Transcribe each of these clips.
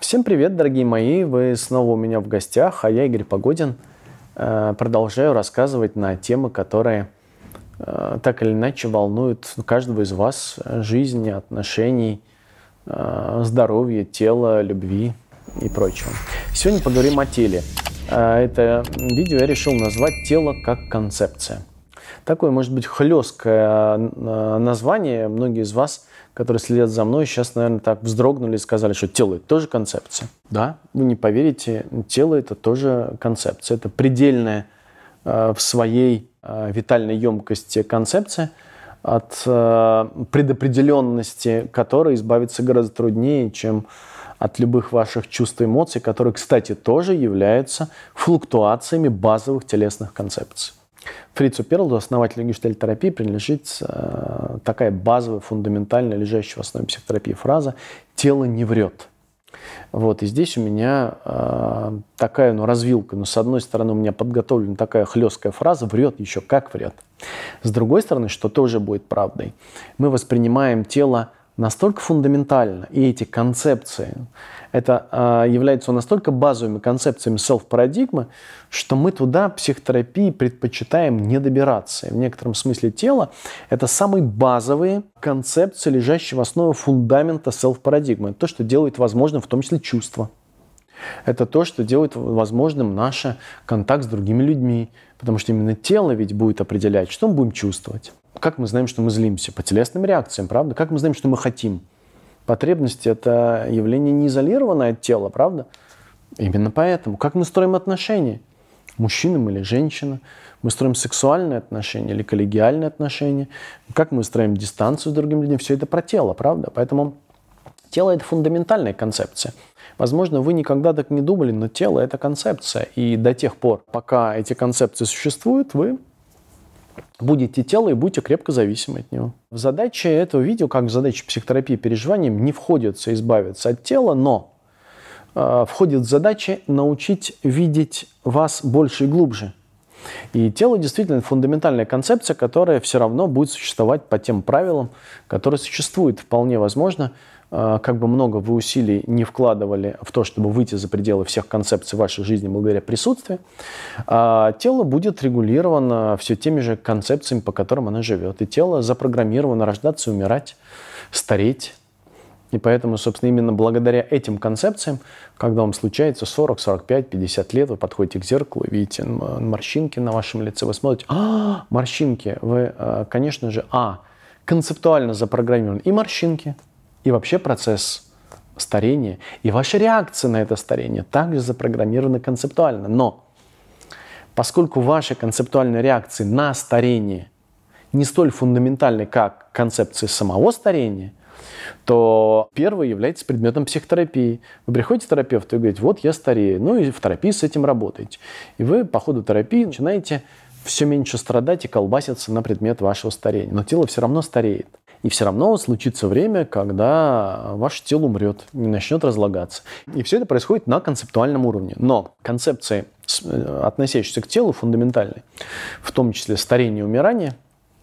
Всем привет, дорогие мои! Вы снова у меня в гостях, а я Игорь Погодин. Продолжаю рассказывать на темы, которые так или иначе волнуют каждого из вас: жизни, отношений, здоровья, тела, любви и прочего. Сегодня поговорим о теле. Это видео я решил назвать «Тело как концепция». Такое, может быть, хлесткое название. Многие из вас, которые следят за мной, сейчас, наверное, так вздрогнули и сказали, что тело – это тоже концепция. Да, вы не поверите, тело – это тоже концепция. Это предельная в своей витальной емкости концепция, от предопределенности которой избавиться гораздо труднее, чем от любых ваших чувств и эмоций, которые, кстати, тоже являются флуктуациями базовых телесных концепций. Фрицу Перлу, основателю гештальт-терапии, принадлежит такая базовая, фундаментальная, лежащая в основе психотерапии фраза «тело не врет». Вот, и здесь у меня такая развилка. Но с одной стороны у меня подготовлена такая хлесткая фраза «врет», еще как врет. С другой стороны, что тоже будет правдой, мы воспринимаем тело настолько фундаментально, и эти концепции, это являются настолько базовыми концепциями селф-парадигмы, что мы туда, психотерапии, предпочитаем не добираться. И в некотором смысле тело – это самые базовые концепции, лежащие в основе фундамента селф-парадигмы. Это то, что делает возможным в том числе чувства. Это то, что делает возможным наш контакт с другими людьми. Потому что именно тело ведь будет определять, что мы будем чувствовать. Как мы знаем, что мы злимся? По телесным реакциям, правда? Как мы знаем, что мы хотим? Потребности – это явление не изолированное от тела, правда? Именно поэтому. Как мы строим отношения? Мужчина или женщина? Мы строим сексуальные отношения или коллегиальные отношения? Как мы строим дистанцию с другими людьми? Все это про тело, правда? Поэтому тело – это фундаментальная концепция. Возможно, вы никогда так не думали, но тело – это концепция. И до тех пор, пока эти концепции существуют, вы будете тело и будете крепко зависимы от него. В задачи этого видео, как в задачи психотерапии переживаниям, не входит избавиться от тела, но входит задача научить видеть вас больше и глубже. И тело действительно фундаментальная концепция, которая все равно будет существовать по тем правилам, которые существуют. Вполне возможно, как бы много вы усилий не вкладывали в то, чтобы выйти за пределы всех концепций вашей жизни благодаря присутствию, тело будет регулировано все теми же концепциями, по которым оно живет. И тело запрограммировано рождаться, умирать, стареть. И поэтому, собственно, именно благодаря этим концепциям, когда вам случается 40, 45, 50 лет, вы подходите к зеркалу и видите морщинки на вашем лице, вы смотрите, морщинки, вы, конечно же, концептуально запрограммированы и морщинки, и вообще процесс старения, и ваша реакция на это старение также запрограммированы концептуально. Но поскольку ваши концептуальные реакции на старение не столь фундаментальны, как концепции самого старения, то первое является предметом психотерапии. Вы приходите к терапевту и говорите, вот я старею, ну и в терапии с этим работаете. И вы по ходу терапии начинаете все меньше страдать и колбаситься на предмет вашего старения. Но тело все равно стареет. И все равно случится время, когда ваше тело умрет, не начнет разлагаться. И все это происходит на концептуальном уровне. Но концепции, относящиеся к телу, фундаментальные, в том числе старение и умирание,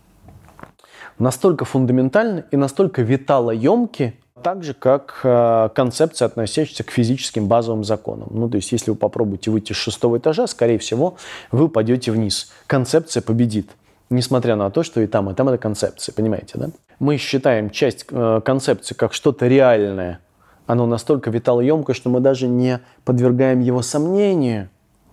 настолько фундаментальны и настолько виталоемки, так же, как концепции, относящиеся к физическим базовым законам. Ну, то есть, если вы попробуете выйти с 6-го этажа, скорее всего, вы упадете вниз. Концепция победит. Несмотря на то, что и там это концепция, понимаете, да? Мы считаем часть концепции как что-то реальное. Оно настолько виталоемкое, что мы даже не подвергаем его сомнению.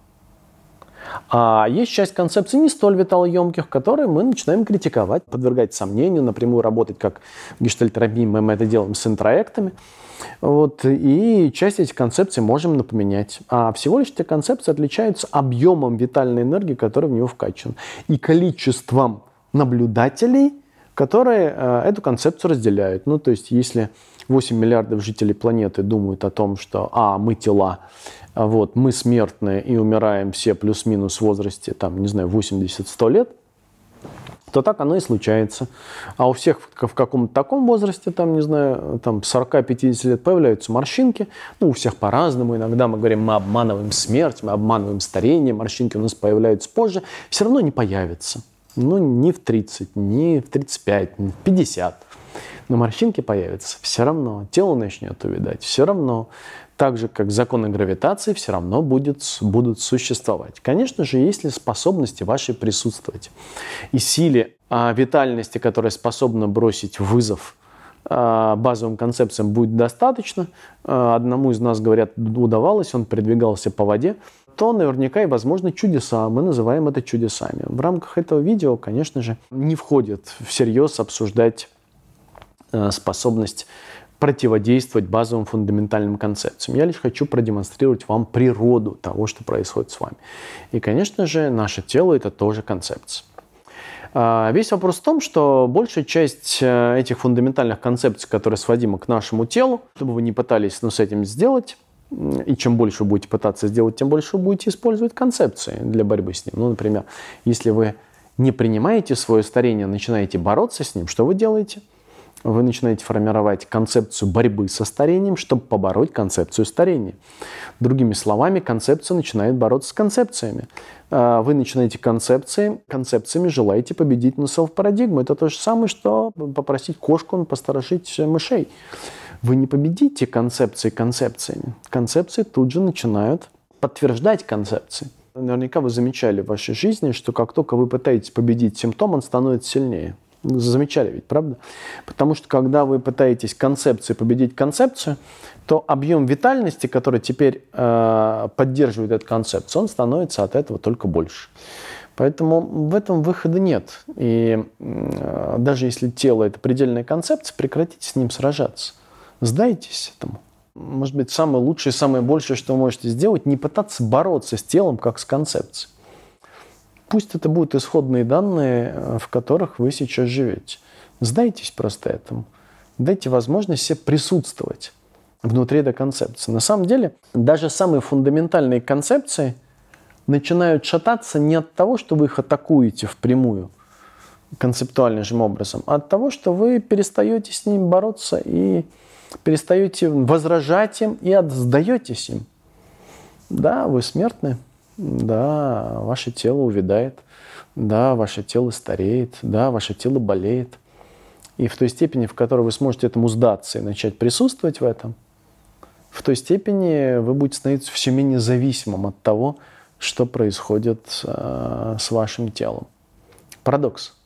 А есть часть концепций не столь виталоемких, которые мы начинаем критиковать, подвергать сомнению, напрямую работать, как в гештальт-терапии мы это делаем с интроектами. Вот, и часть этих концепций можем напоменять. А всего лишь эти концепции отличаются объемом витальной энергии, которая в него вкачана, и количеством наблюдателей, которые эту концепцию разделяют. Ну, то есть, если 8 миллиардов жителей планеты думают о том, что мы тела, вот, мы смертные и умираем все плюс-минус в возрасте, 80-100 лет, то так оно и случается. А у всех в каком-то таком возрасте, 40-50 лет появляются морщинки. Ну, у всех по-разному. Иногда мы говорим, мы обманываем смерть, мы обманываем старение, морщинки у нас появляются позже. Все равно не появятся. Ну, ни в 30, ни в 35, ни в 50. Но морщинки появятся все равно. Тело начнет увядать все равно. так же, как законы гравитации, все равно будут существовать. Конечно же, если способности ваши присутствовать и силе витальности, которая способна бросить вызов базовым концепциям, будет достаточно, одному из нас, говорят, удавалось, он передвигался по воде, то наверняка и возможны чудеса. Мы называем это чудесами. В рамках этого видео, конечно же, не входит всерьез обсуждать способность противодействовать базовым фундаментальным концепциям. Я лишь хочу продемонстрировать вам природу того, что происходит с вами. И, конечно же, наше тело – это тоже концепция. Весь вопрос в том, что большая часть этих фундаментальных концепций, которые сводимы к нашему телу, чтобы вы не пытались с этим сделать, и чем больше вы будете пытаться сделать, тем больше вы будете использовать концепции для борьбы с ним. Ну, например, если вы не принимаете свое старение, начинаете бороться с ним, что вы делаете? Вы начинаете формировать концепцию борьбы со старением, чтобы побороть концепцию старения. Другими словами, концепция начинает бороться с концепциями. Вы начинаете концепциями желаете победить на селф-парадигму. Это то же самое, что попросить кошку посторожить мышей. Вы не победите концепции концепциями. Концепции тут же начинают подтверждать концепции. Наверняка вы замечали в вашей жизни, что как только вы пытаетесь победить симптом, он становится сильнее. Замечали ведь, правда? Потому что когда вы пытаетесь концепцией победить концепцию, то объем витальности, который теперь поддерживает эту концепцию, он становится от этого только больше. Поэтому в этом выхода нет. И даже если тело – это предельная концепция, прекратите с ним сражаться. Сдайтесь этому. Может быть, самое лучшее, самое большее, что вы можете сделать – не пытаться бороться с телом, как с концепцией. Пусть это будут исходные данные, в которых вы сейчас живете. Сдайтесь просто этому. Дайте возможность себе присутствовать внутри этой концепции. На самом деле, даже самые фундаментальные концепции начинают шататься не от того, что вы их атакуете впрямую, концептуальным же образом, а от того, что вы перестаете с ним бороться и перестаете возражать им и отдаетесь им. Да, вы смертны. Да, ваше тело увядает, да, ваше тело стареет, да, ваше тело болеет. И в той степени, в которой вы сможете этому сдаться и начать присутствовать в этом, в той степени вы будете становиться все менее зависимым от того, что происходит с вашим телом. Парадокс.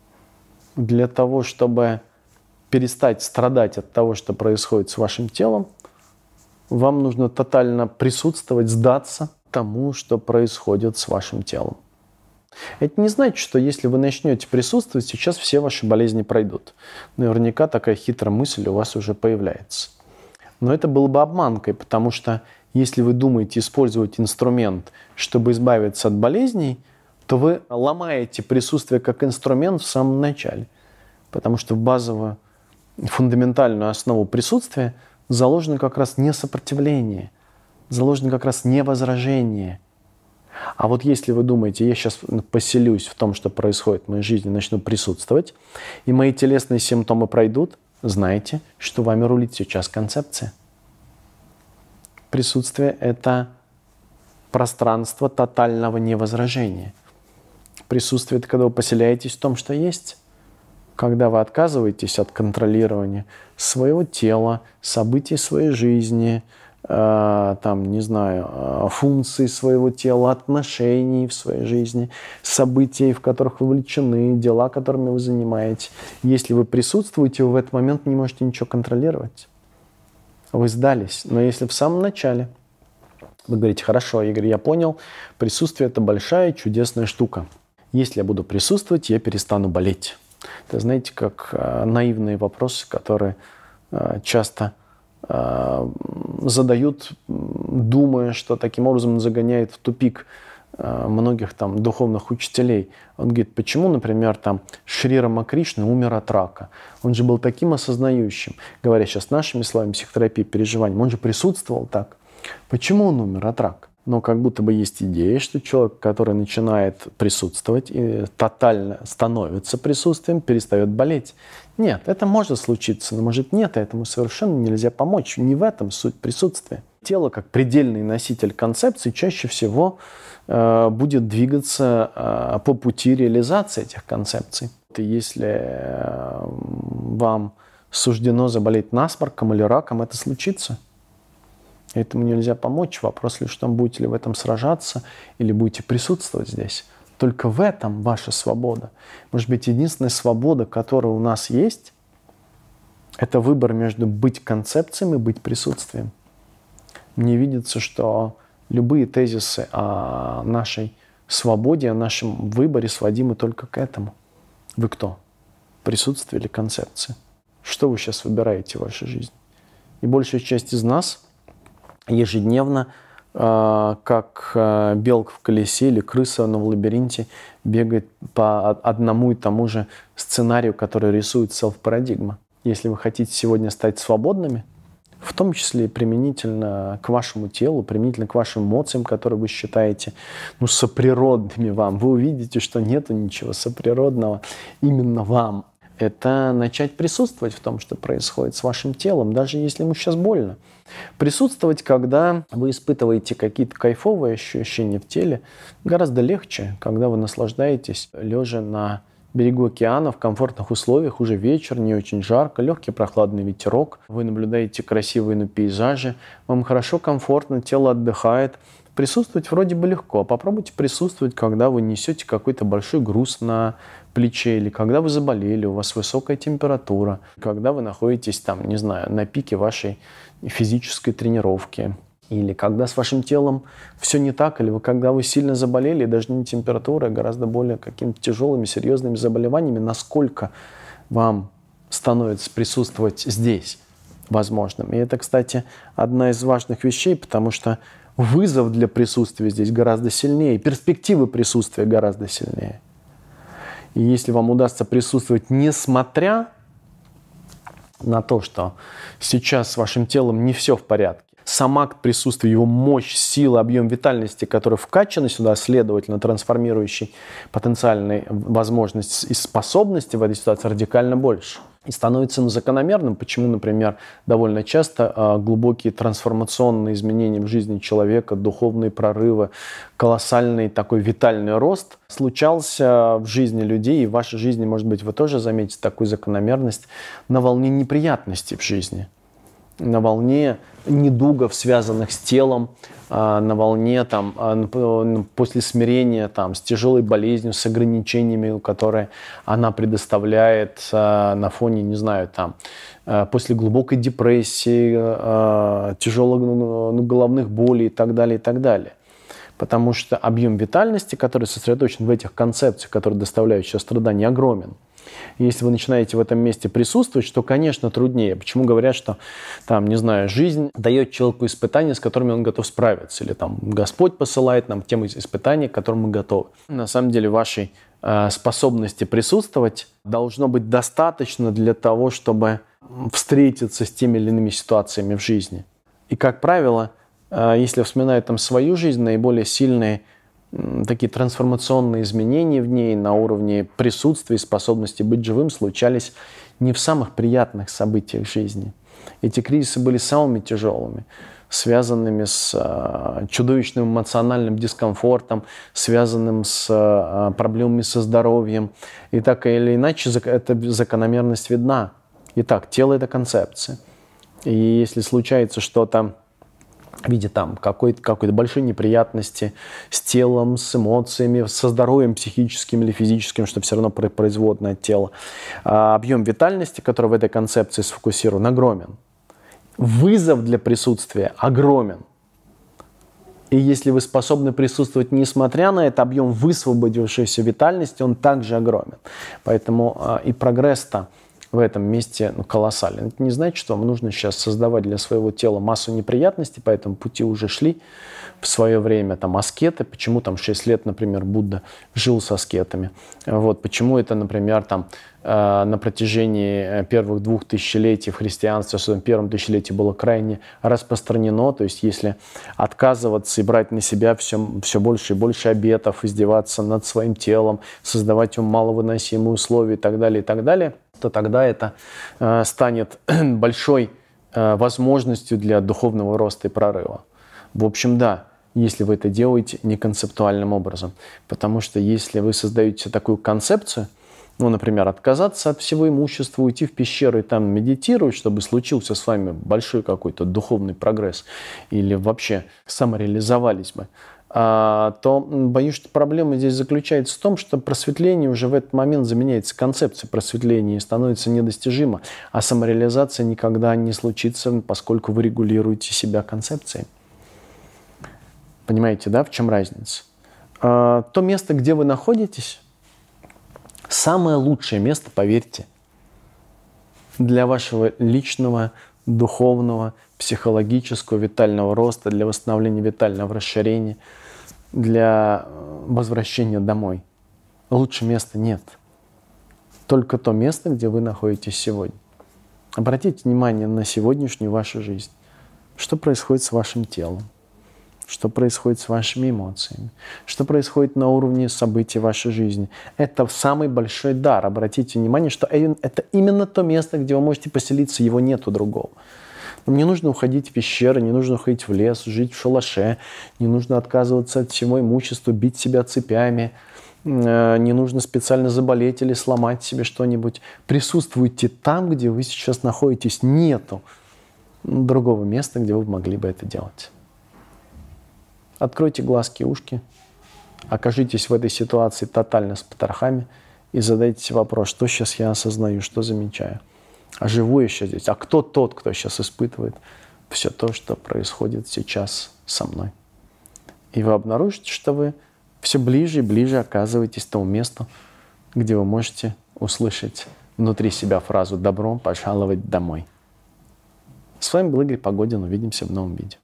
Для того, чтобы перестать страдать от того, что происходит с вашим телом, вам нужно тотально присутствовать, сдаться тому, что происходит с вашим телом. Это не значит, что если вы начнете присутствовать, сейчас все ваши болезни пройдут. Наверняка такая хитрая мысль у вас уже появляется. Но это было бы обманкой, потому что если вы думаете использовать инструмент, чтобы избавиться от болезней, то вы ломаете присутствие как инструмент в самом начале. Потому что в базовую, фундаментальную основу присутствия заложено как раз не сопротивление, заложено как раз не возражение. А вот если вы думаете, я сейчас поселюсь в том, что происходит в моей жизни, начну присутствовать, и мои телесные симптомы пройдут, знайте, что вами рулит сейчас концепция. Присутствие – это пространство тотального невозражения. Присутствие – это когда вы поселяетесь в том, что есть. Когда вы отказываетесь от контролирования своего тела, событий своей жизни, не знаю, функций своего тела, отношений в своей жизни, событий, в которых вы вовлечены, дела, которыми вы занимаетесь. Если вы присутствуете, вы в этот момент не можете ничего контролировать. Вы сдались. Но если в самом начале вы говорите, хорошо, Игорь, я понял, присутствие – это большая чудесная штука. Если я буду присутствовать, я перестану болеть. Это, знаете, как наивные вопросы, которые часто задают, думая, что таким образом загоняет в тупик многих там духовных учителей. Он говорит, почему, например, Шри Рамакришна умер от рака? Он же был таким осознающим, говоря сейчас нашими словами, психотерапии, переживанием, он же присутствовал так. Почему он умер от рака? Но как будто бы есть идея, что человек, который начинает присутствовать и тотально становится присутствием, перестает болеть. Нет, это может случиться, но может нет, этому совершенно нельзя помочь. Не в этом суть присутствия. Тело, как предельный носитель концепций, чаще всего будет двигаться по пути реализации этих концепций. И если вам суждено заболеть насморком или раком, это случится. Этому нельзя помочь. Вопрос лишь в том, будете ли в этом сражаться или будете присутствовать здесь. Только в этом ваша свобода. Может быть, единственная свобода, которая у нас есть, это выбор между быть концепцией и быть присутствием. Мне видится, что любые тезисы о нашей свободе, о нашем выборе сводимы только к этому. Вы кто? Присутствие или концепция? Что вы сейчас выбираете в вашей жизни? И большая часть из нас ежедневно, как белка в колесе или крыса в лабиринте, бегает по одному и тому же сценарию, который рисует селф-парадигма. Если вы хотите сегодня стать свободными, в том числе и применительно к вашему телу, применительно к вашим эмоциям, которые вы считаете соприродными вам, вы увидите, что нету ничего соприродного именно вам. Это начать присутствовать в том, что происходит с вашим телом, даже если ему сейчас больно. Присутствовать, когда вы испытываете какие-то кайфовые ощущения в теле, гораздо легче, когда вы наслаждаетесь, лежа на берегу океана в комфортных условиях, уже вечер, не очень жарко, легкий прохладный ветерок, вы наблюдаете красивые пейзажи, вам хорошо, комфортно, тело отдыхает. Присутствовать вроде бы легко. Попробуйте присутствовать, когда вы несете какой-то большой груз на плече, или когда вы заболели, у вас высокая температура, когда вы находитесь там, не знаю, на пике вашей физической тренировки, или когда с вашим телом все не так, или когда вы сильно заболели, даже не температурой, а гораздо более какими-то тяжелыми, серьезными заболеваниями, насколько вам становится присутствовать здесь возможным. И это, кстати, одна из важных вещей, потому что вызов для присутствия здесь гораздо сильнее, перспективы присутствия гораздо сильнее. И если вам удастся присутствовать, несмотря на то, что сейчас с вашим телом не все в порядке, сам акт присутствия, его мощь, сила, объем витальности, который вкачаны сюда, следовательно, трансформирующий потенциальные возможности и способности в этой ситуации радикально больше. И становится закономерным, почему, например, довольно часто глубокие трансформационные изменения в жизни человека, духовные прорывы, колоссальный такой витальный рост случался в жизни людей, и в вашей жизни, может быть, вы тоже заметите такую закономерность на волне неприятностей в жизни, на волне недугов, связанных с телом, на волне после смирения с тяжелой болезнью, с ограничениями, которые она предоставляет на фоне, не знаю, после глубокой депрессии, тяжелых головных болей и так далее, и так далее. Потому что объем витальности, который сосредоточен в этих концепциях, которые доставляют сейчас страдания, огромен. И если вы начинаете в этом месте присутствовать, что, конечно, труднее. Почему говорят, что, не знаю, жизнь дает человеку испытания, с которыми он готов справиться. Или Господь посылает нам те испытания, к которым мы готовы. На самом деле, вашей способности присутствовать должно быть достаточно для того, чтобы встретиться с теми или иными ситуациями в жизни. И, как правило, если вспоминать свою жизнь, наиболее сильные такие трансформационные изменения в ней на уровне присутствия и способности быть живым случались не в самых приятных событиях жизни. Эти кризисы были самыми тяжелыми, связанными с чудовищным эмоциональным дискомфортом, связанным с проблемами со здоровьем. И так или иначе эта закономерность видна. Итак, тело – это концепция. И если случается что-то в виде какой-то большой неприятности с телом, с эмоциями, со здоровьем психическим или физическим, что все равно производное от тела, объем витальности, который в этой концепции сфокусирован, огромен. Вызов для присутствия огромен. И если вы способны присутствовать, несмотря на этот объем высвободившейся витальности, он также огромен. Поэтому и прогресс-то в этом месте колоссален. Это не значит, что вам нужно сейчас создавать для своего тела массу неприятностей, по этому пути уже шли в свое время аскеты. Почему 6 лет, например, Будда жил с аскетами? Почему это, например, на протяжении первых 2 тысячелетий в христианстве, особенно в первом тысячелетии, было крайне распространено. То есть если отказываться и брать на себя все больше и больше обетов, издеваться над своим телом, создавать ему маловыносимые условия и так далее, то тогда это станет большой возможностью для духовного роста и прорыва. В общем, да, если вы это делаете не концептуальным образом. Потому что если вы создаете такую концепцию, Ну, например, отказаться от всего имущества, уйти в пещеру и там медитировать, чтобы случился с вами большой какой-то духовный прогресс, или вообще самореализовались бы, то боюсь, что проблема здесь заключается в том, что просветление уже в этот момент заменяется концепцией просветления и становится недостижимо, а самореализация никогда не случится, поскольку вы регулируете себя концепцией. Понимаете, да, в чем разница? То место, где вы находитесь, самое лучшее место, поверьте, для вашего личного, духовного, психологического, витального роста, для восстановления витального расширения, для возвращения домой. Лучше места нет. Только то место, где вы находитесь сегодня. Обратите внимание на сегодняшнюю вашу жизнь. Что происходит с вашим телом? Что происходит с вашими эмоциями? Что происходит на уровне событий вашей жизни? Это самый большой дар. Обратите внимание, что это именно то место, где вы можете поселиться, его нету другого. Вам не нужно уходить в пещеры, не нужно уходить в лес, жить в шалаше, не нужно отказываться от всего имущества, бить себя цепями, не нужно специально заболеть или сломать себе что-нибудь. Присутствуйте там, где вы сейчас находитесь. Нету другого места, где вы могли бы это делать. Откройте глазки и ушки, окажитесь в этой ситуации тотально с потрохами и задайте себе вопрос, что сейчас я осознаю, что замечаю. А живу я сейчас здесь? А кто тот, кто сейчас испытывает все то, что происходит сейчас со мной? И вы обнаружите, что вы все ближе и ближе оказываетесь к тому месту, где вы можете услышать внутри себя фразу «добро пожаловать домой». С вами был Игорь Погодин. Увидимся в новом видео.